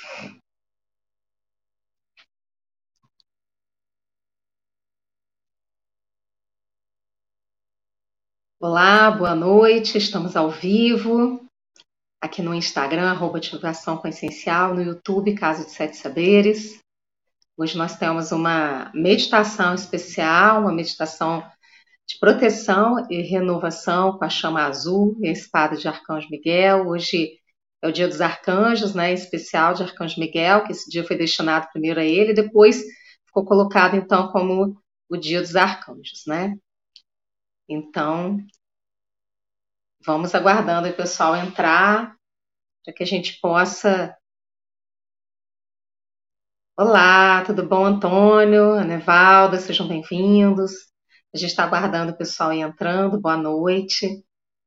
Olá, boa noite. Estamos ao vivo aqui no Instagram, @Divulgação com Essencial, no YouTube, Casa de Sete Saberes. Hoje nós temos uma meditação especial, uma meditação de proteção e renovação com a chama azul e a espada de Arcanjo Miguel. Hoje é o dia dos arcanjos, né? Em especial de Arcanjo Miguel, que esse dia foi destinado primeiro a ele, e depois ficou colocado então como o dia dos arcanjos, né? Então, vamos aguardando o pessoal entrar para que a gente possa. Olá, tudo bom, Antônio, Anevalda, sejam bem-vindos. A gente está aguardando o pessoal ir entrando, boa noite.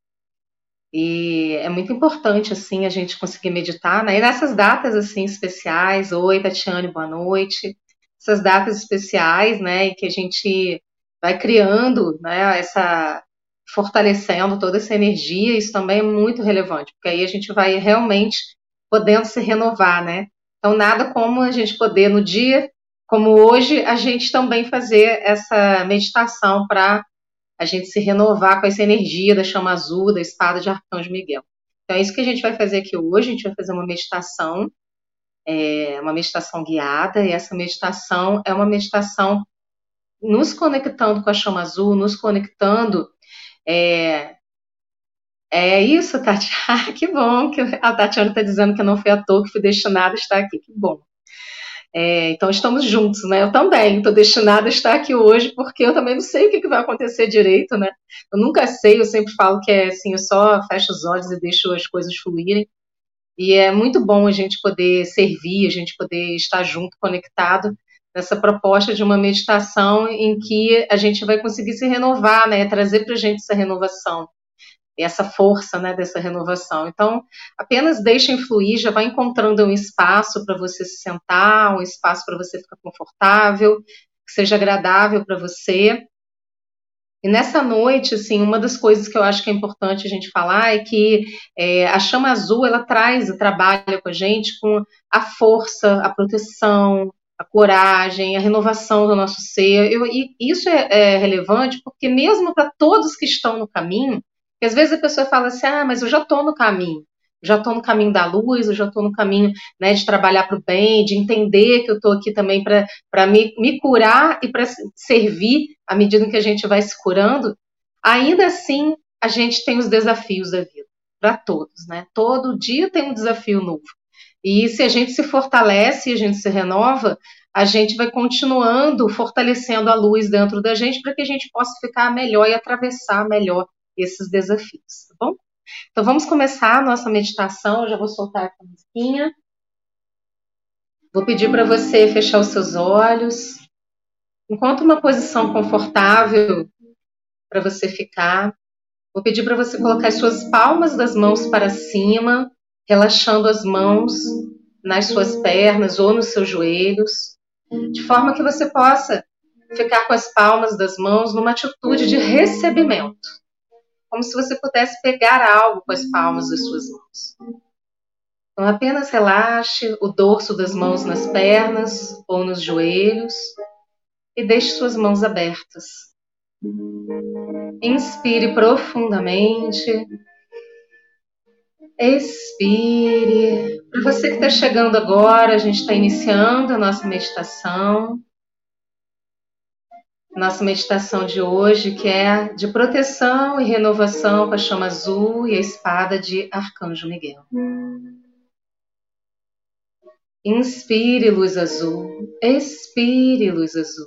E é muito importante, assim, a gente conseguir meditar, né? E nessas datas, assim, especiais, oi, Tatiane, boa noite. Essas datas especiais, né, e que a gente vai criando, né, fortalecendo toda essa energia, isso também é muito relevante, porque aí a gente vai realmente podendo se renovar, né? Então, nada como a gente poder, no dia como hoje, a gente também fazer essa meditação para a gente se renovar com essa energia da chama azul, da espada de Arcanjo Miguel. Então, é isso que a gente vai fazer aqui hoje. A gente vai fazer uma meditação guiada, e essa meditação é uma meditação nos conectando com a chama azul, nos conectando. É isso, Tati. Que bom que a Tatiana está dizendo que não foi à toa que fui destinada a estar aqui. Que bom. Então estamos juntos, né? Eu também estou destinada a estar aqui hoje, porque eu também não sei o que vai acontecer direito, né? Eu nunca sei, eu sempre falo que é assim, eu só fecho os olhos e deixo as coisas fluírem. E é muito bom a gente poder servir, a gente poder estar junto, conectado, nessa proposta de uma meditação em que a gente vai conseguir se renovar, né? Trazer para a gente essa renovação, essa força, né, dessa renovação. Então, apenas deixem fluir, já vai encontrando um espaço para você se sentar, um espaço para você ficar confortável, que seja agradável para você. E nessa noite, assim, uma das coisas que eu acho que é importante a gente falar é que a chama azul, ela traz e trabalha com a gente com a força, a proteção, a coragem, a renovação do nosso ser. E isso é relevante porque mesmo para todos que estão no caminho, que às vezes a pessoa fala assim, mas eu já estou no caminho. Já estou no caminho da luz, eu já estou no caminho, né, de trabalhar para o bem, de entender que eu estou aqui também para me curar e para servir à medida que a gente vai se curando. Ainda assim, a gente tem os desafios da vida, para todos, né? Todo dia tem um desafio novo. E se a gente se fortalece e a gente se renova, a gente vai continuando fortalecendo a luz dentro da gente para que a gente possa ficar melhor e atravessar melhor esses desafios, tá bom? Então vamos começar a nossa meditação. Eu já vou soltar aqui a musiquinha. Vou pedir para você fechar os seus olhos. Encontre uma posição confortável para você ficar. Vou pedir para você colocar as suas palmas das mãos para cima, relaxando as mãos nas suas pernas ou nos seus joelhos, de forma que você possa ficar com as palmas das mãos numa atitude de recebimento, como se você pudesse pegar algo com as palmas das suas mãos. Então apenas relaxe o dorso das mãos nas pernas ou nos joelhos e deixe suas mãos abertas. Inspire profundamente. Expire. Para você que está chegando agora, a gente está iniciando a nossa meditação. Nossa meditação de hoje, que é de proteção e renovação com a chama azul e a espada de Arcanjo Miguel. Inspire luz azul. Expire luz azul.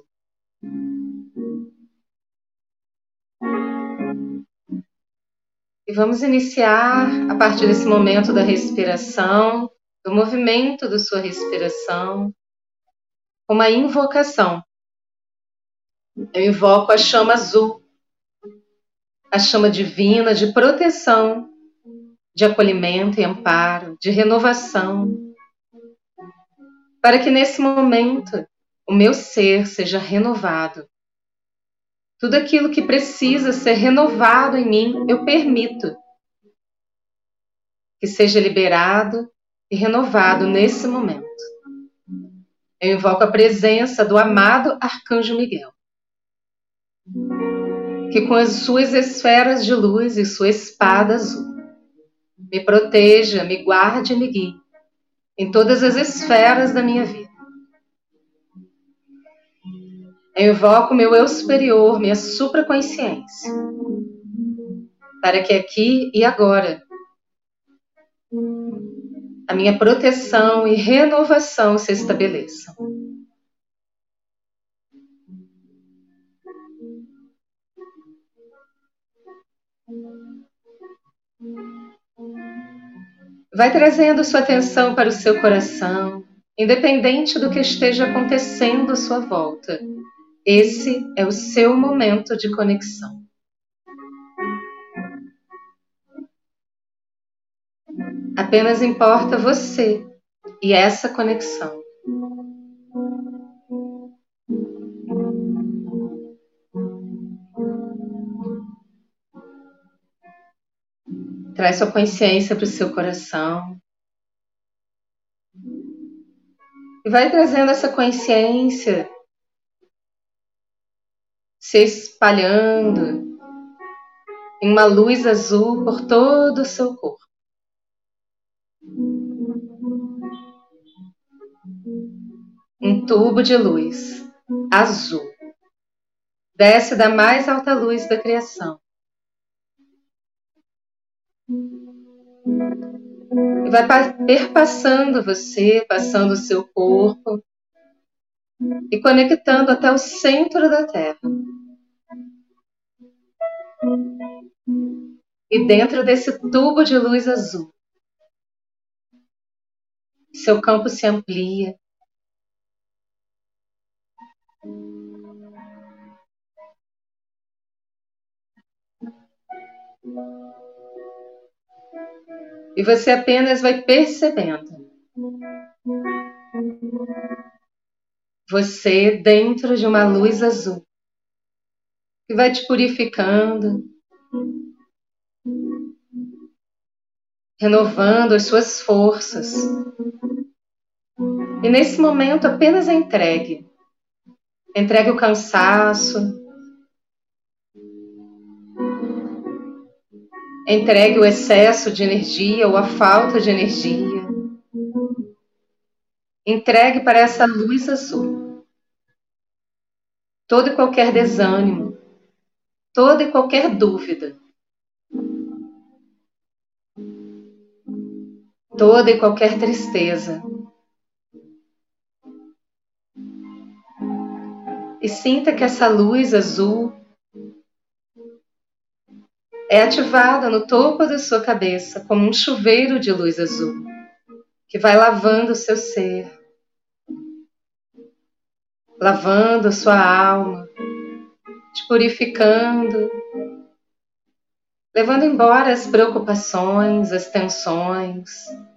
E vamos iniciar a partir desse momento da respiração, do movimento da sua respiração, uma invocação. Eu invoco a chama azul, a chama divina de proteção, de acolhimento e amparo, de renovação, para que nesse momento o meu ser seja renovado. Tudo aquilo que precisa ser renovado em mim, eu permito que seja liberado e renovado nesse momento. Eu invoco a presença do amado Arcanjo Miguel, que com as suas esferas de luz e sua espada azul me proteja, me guarde e me guie em todas as esferas da minha vida. Eu invoco meu eu superior, minha supraconsciência, para que aqui e agora a minha proteção e renovação se estabeleçam. Vai trazendo sua atenção para o seu coração, independente do que esteja acontecendo à sua volta. Esse é o seu momento de conexão. Apenas importa você e essa conexão. Traz sua consciência para o seu coração. E vai trazendo essa consciência se espalhando em uma luz azul por todo o seu corpo. Um tubo de luz azul desce da mais alta luz da criação e vai perpassando você, passando o seu corpo e conectando até o centro da Terra. E dentro desse tubo de luz azul, seu campo se amplia. E você apenas vai percebendo você dentro de uma luz azul que vai te purificando, renovando as suas forças. E nesse momento apenas entregue. Entregue o cansaço. Entregue o excesso de energia ou a falta de energia. Entregue para essa luz azul todo e qualquer desânimo, toda e qualquer dúvida, toda e qualquer tristeza. E sinta que essa luz azul é ativada no topo da sua cabeça como um chuveiro de luz azul que vai lavando o seu ser, lavando a sua alma, te purificando, levando embora as preocupações, as tensões.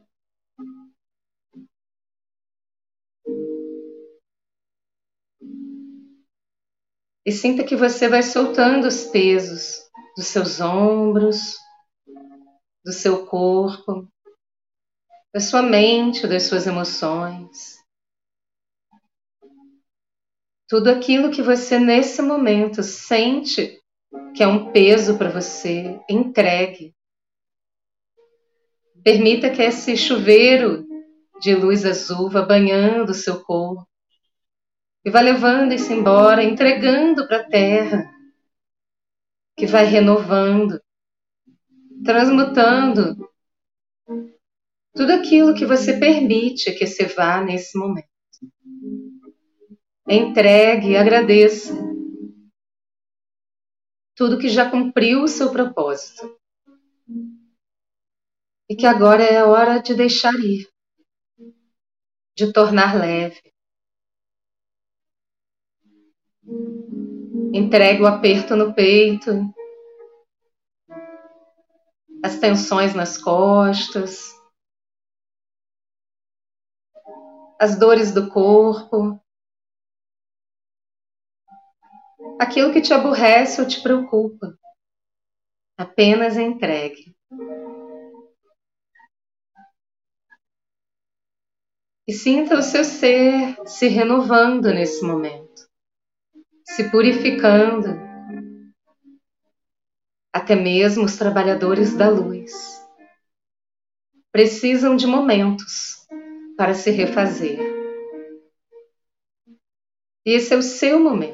E sinta que você vai soltando os pesos dos seus ombros, do seu corpo, da sua mente, das suas emoções. Tudo aquilo que você nesse momento sente que é um peso para você, entregue. Permita que esse chuveiro de luz azul vá banhando o seu corpo e vá levando isso embora, entregando para a terra, que vai renovando, transmutando tudo aquilo que você permite que se vá nesse momento. Entregue e agradeça tudo que já cumpriu o seu propósito e que agora é a hora de deixar ir, de tornar leve. Entregue o aperto no peito, as tensões nas costas, as dores do corpo, aquilo que te aborrece ou te preocupa. Apenas entregue. E sinta o seu ser se renovando nesse momento, se purificando. Até mesmo os trabalhadores da luz precisam de momentos para se refazer. E esse é o seu momento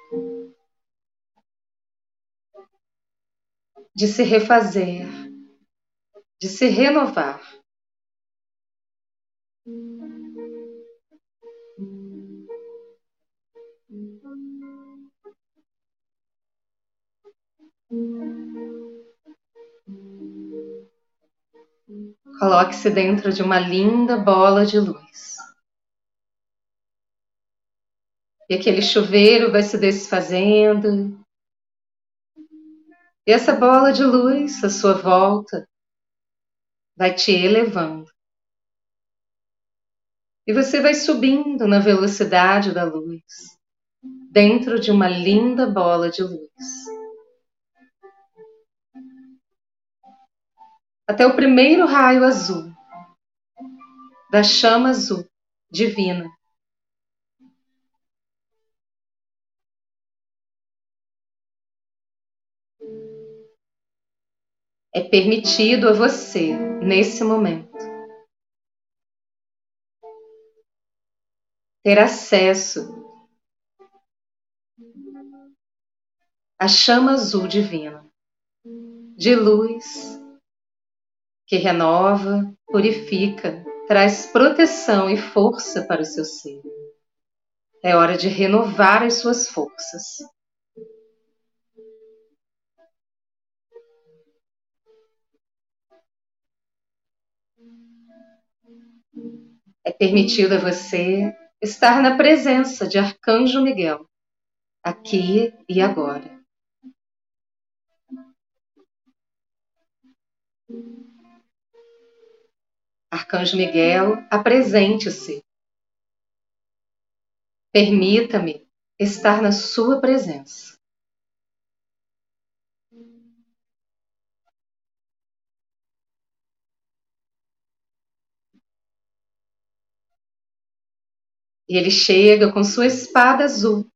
de se refazer, de se renovar. Coloque-se dentro de uma linda bola de luz. E aquele chuveiro vai se desfazendo. E essa bola de luz à sua volta vai te elevando. E você vai subindo na velocidade da luz, dentro de uma linda bola de luz. Até o primeiro raio azul, da chama azul divina. É permitido a você, nesse momento, ter acesso à chama azul divina, de luz, que renova, purifica, traz proteção e força para o seu ser. É hora de renovar as suas forças. É permitido a você estar na presença de Arcanjo Miguel, aqui e agora. Arcanjo Miguel, apresente-se. Permita-me estar na sua presença. E ele chega com sua espada azul.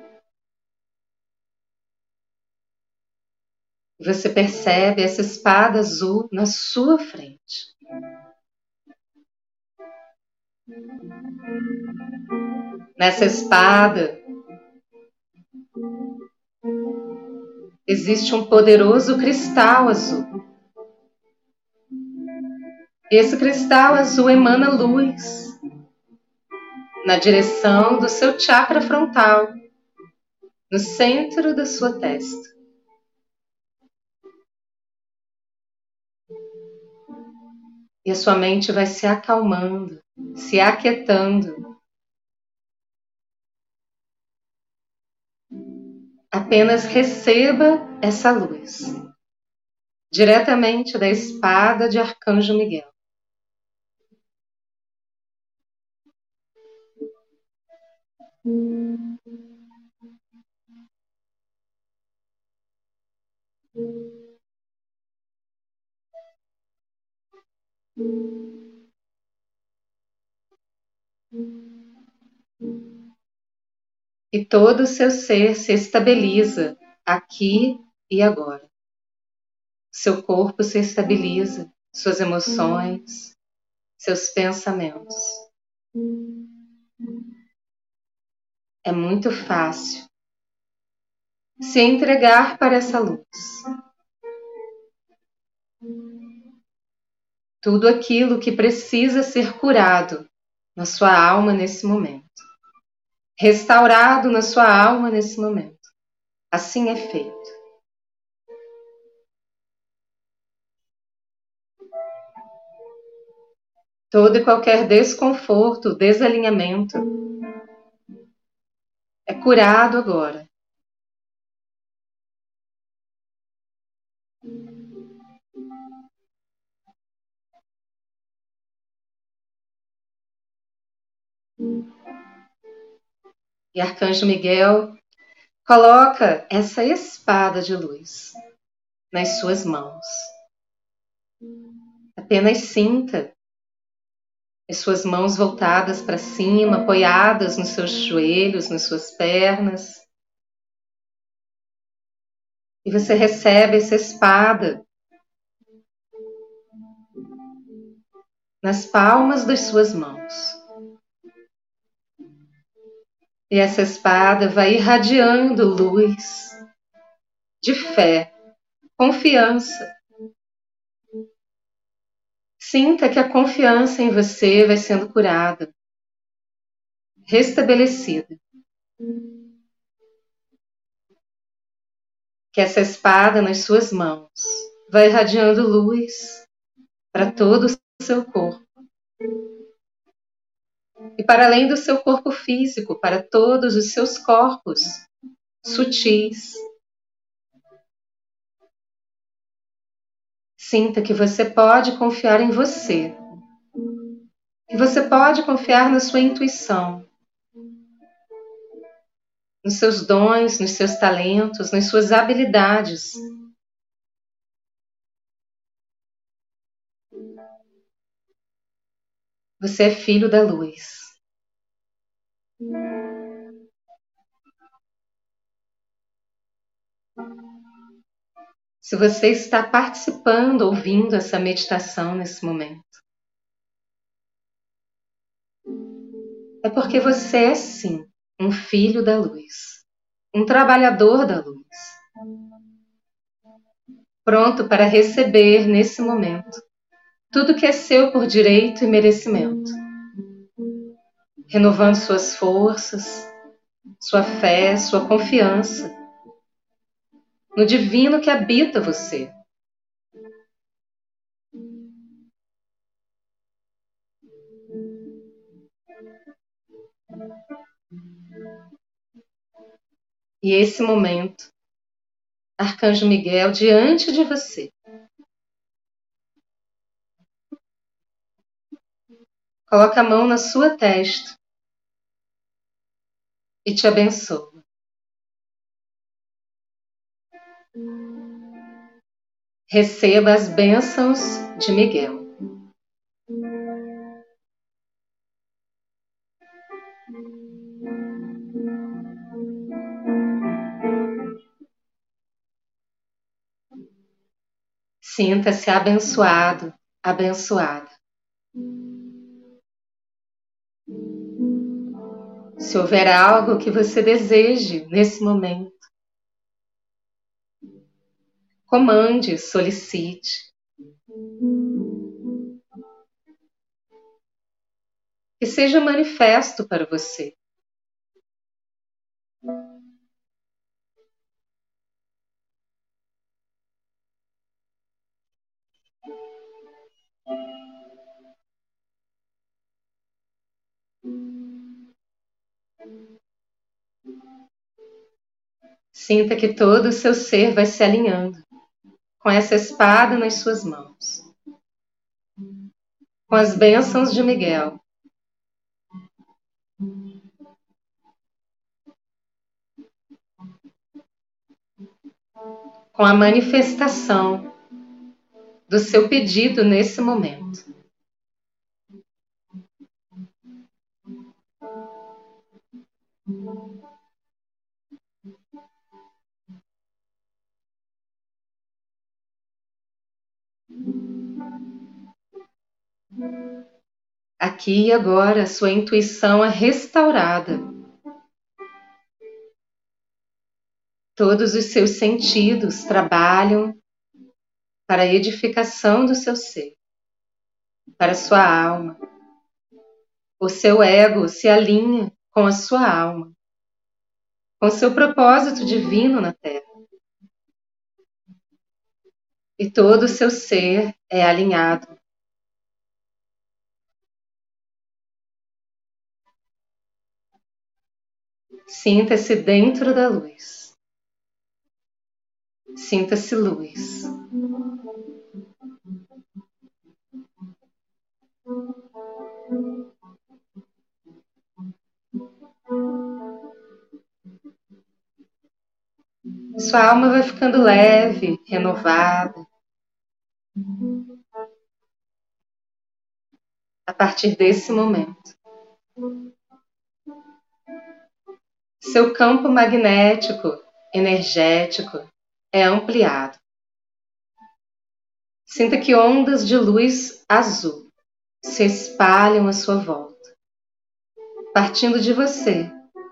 E você percebe essa espada azul na sua frente. Nessa espada existe um poderoso cristal azul. Esse cristal azul emana luz na direção do seu chakra frontal, no centro da sua testa. E a sua mente vai se acalmando, se aquietando. Apenas receba essa luz, diretamente da espada de Arcanjo Miguel. E todo o seu ser se estabiliza aqui e agora. Seu corpo se estabiliza, suas emoções, seus pensamentos. É muito fácil se entregar para essa luz. Tudo aquilo que precisa ser curado na sua alma nesse momento, restaurado na sua alma nesse momento. Assim é feito. Todo e qualquer desconforto, desalinhamento é curado agora. E Arcanjo Miguel coloca essa espada de luz nas suas mãos. Apenas sinta as suas mãos voltadas para cima, apoiadas nos seus joelhos, nas suas pernas. E você recebe essa espada nas palmas das suas mãos. E essa espada vai irradiando luz de fé, confiança. Sinta que a confiança em você vai sendo curada, restabelecida. Que essa espada nas suas mãos vai irradiando luz para todo o seu corpo. E para além do seu corpo físico, para todos os seus corpos sutis. Sinta que você pode confiar em você. Que você pode confiar na sua intuição, nos seus dons, nos seus talentos, nas suas habilidades. Você é filho da luz. Se você está participando, ouvindo essa meditação nesse momento, é porque você é sim um filho da luz, um trabalhador da luz, pronto para receber nesse momento tudo que é seu por direito e merecimento, renovando suas forças, sua fé, sua confiança no divino que habita você. E esse momento, Arcanjo Miguel diante de você, coloca a mão na sua testa e te abençoa. Receba as bênçãos de Miguel. Sinta-se abençoado, abençoada. Se houver algo que você deseje nesse momento, comande, solicite. Que seja manifesto para você. Sinta que todo o seu ser vai se alinhando com essa espada nas suas mãos, com as bênçãos de Miguel. Com a manifestação do seu pedido nesse momento. Aqui e agora, sua intuição é restaurada. Todos os seus sentidos trabalham para a edificação do seu ser, para a sua alma. O seu ego se alinha com a sua alma, com o seu propósito divino na Terra. E todo o seu ser é alinhado. Sinta-se dentro da luz. Sinta-se luz. Sua alma vai ficando leve, renovada. a partir desse momento. Seu campo magnético, energético, é ampliado. Sinta que ondas de luz azul se espalham à sua volta, partindo de você,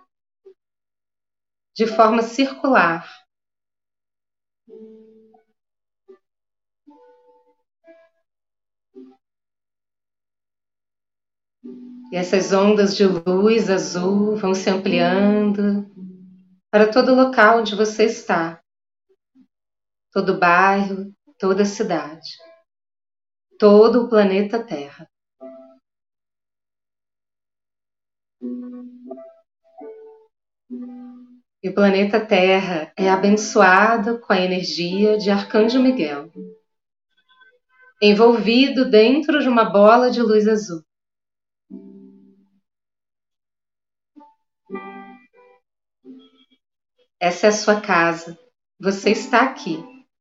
de forma circular. E essas ondas de luz azul vão se ampliando para todo o local onde você está, todo o bairro, toda a cidade, todo o planeta Terra. E o planeta Terra é abençoado com a energia de Arcanjo Miguel, envolvido dentro de uma bola de luz azul. Essa é a sua casa. Você está aqui.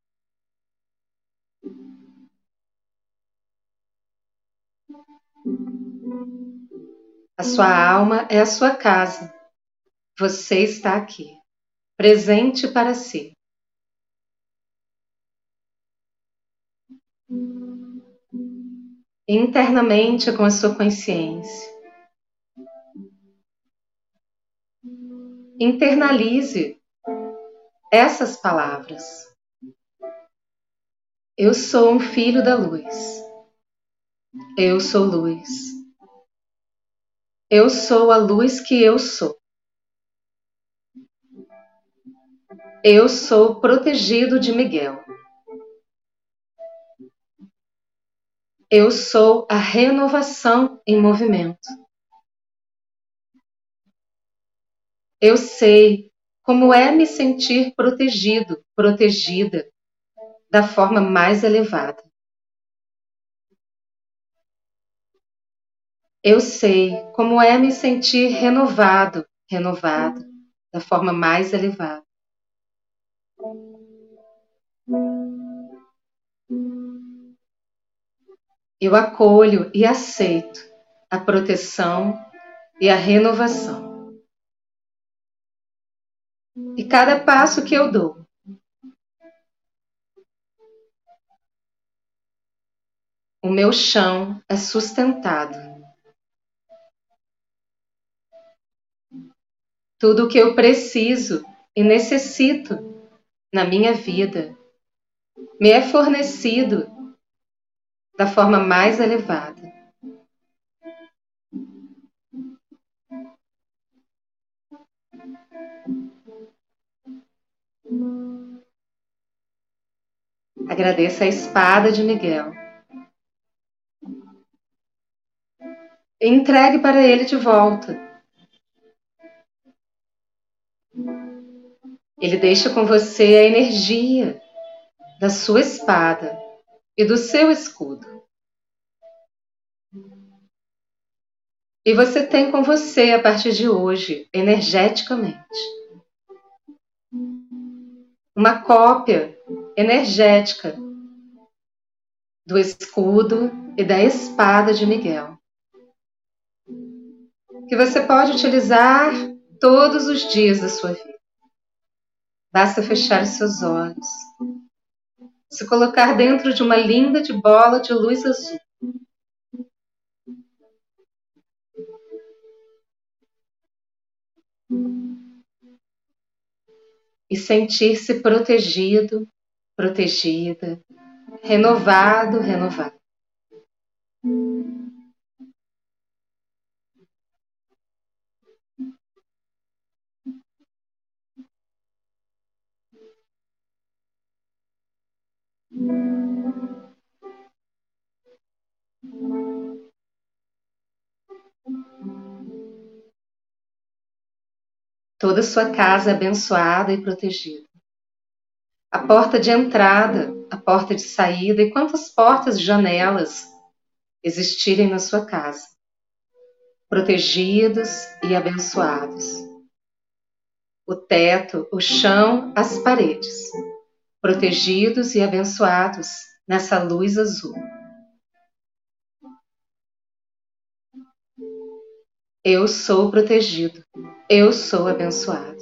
A sua alma é a sua casa. Você está aqui, presente para si. Internamente com a sua consciência. Internalize essas palavras. Eu sou um filho da luz. Eu sou luz. Eu sou a luz que eu sou. Eu sou protegido de Miguel. Eu sou a renovação em movimento. Eu sei como é me sentir protegido, protegida, da forma mais elevada. Eu sei como é me sentir renovado, renovada, da forma mais elevada. Eu acolho e aceito a proteção e a renovação. E cada passo que eu dou, o meu chão é sustentado. Tudo o que eu preciso e necessito na minha vida me é fornecido da forma mais elevada. Agradeça a espada de Miguel. E entregue para ele de volta. Ele deixa com você a energia da sua espada e do seu escudo. E você tem com você, a partir de hoje, energeticamente, uma cópia energética do escudo e da espada de Miguel, que você pode utilizar todos os dias da sua vida. Basta fechar os seus olhos, se colocar dentro de uma linda de bola de luz azul. E sentir-se protegido, protegida, renovado, renovado. Toda a sua casa é abençoada e protegida. A porta de entrada, a porta de saída e quantas portas e janelas existirem na sua casa, protegidos e abençoados. O teto, o chão, as paredes, protegidos e abençoados nessa luz azul. Eu sou protegido. Eu sou abençoado.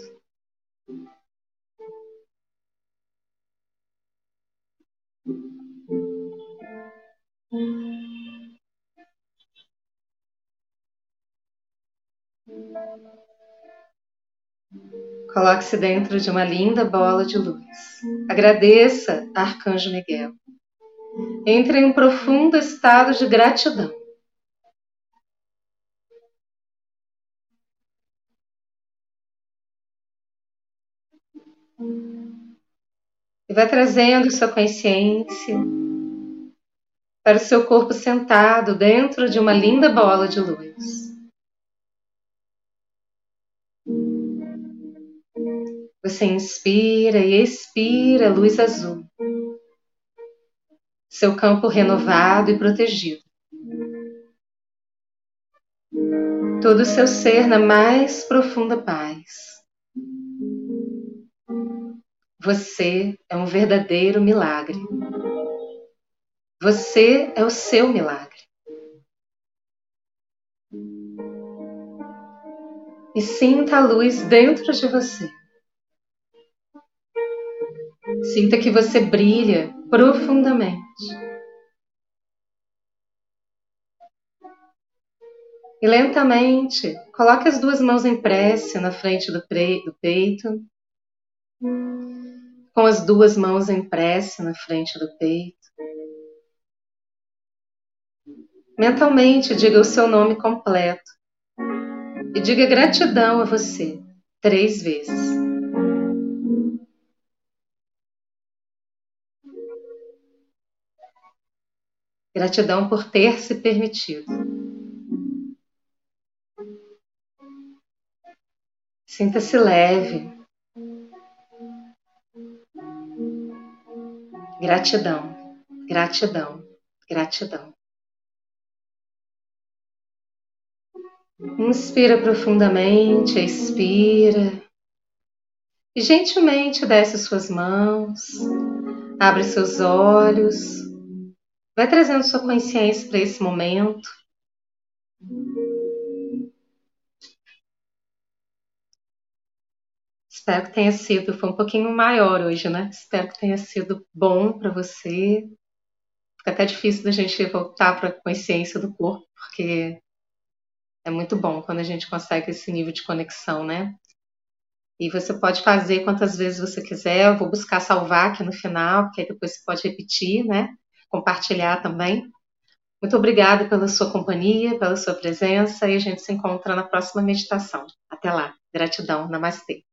Coloque-se dentro de uma linda bola de luz. Agradeça, Arcanjo Miguel. Entre em um profundo estado de gratidão. E vai trazendo sua consciência para o seu corpo sentado dentro de uma linda bola de luz. Você inspira e expira luz azul. Seu campo renovado e protegido. Todo o seu ser na mais profunda paz. Você é um verdadeiro milagre. Você é o seu milagre. E sinta a luz dentro de você. Sinta que você brilha profundamente. E lentamente, coloque as duas mãos em prece na frente do peito. Com as duas mãos em prece na frente do peito. Mentalmente, diga o seu nome completo. E diga gratidão a você 3 vezes. Gratidão por ter se permitido. Sinta-se leve. Gratidão, gratidão, gratidão. Inspira profundamente, expira. E gentilmente desce suas mãos. Abre seus olhos. Vai trazendo sua consciência para esse momento. Espero que tenha sido, foi um pouquinho maior hoje, né? Espero que tenha sido bom para você. Fica até difícil da gente voltar para a consciência do corpo, porque é muito bom quando a gente consegue esse nível de conexão, né? E você pode fazer quantas vezes você quiser. Eu vou buscar salvar aqui no final, porque aí depois você pode repetir, né? Compartilhar também. Muito obrigada pela sua companhia, pela sua presença, e a gente se encontra na próxima meditação. Até lá. Gratidão. Namastê.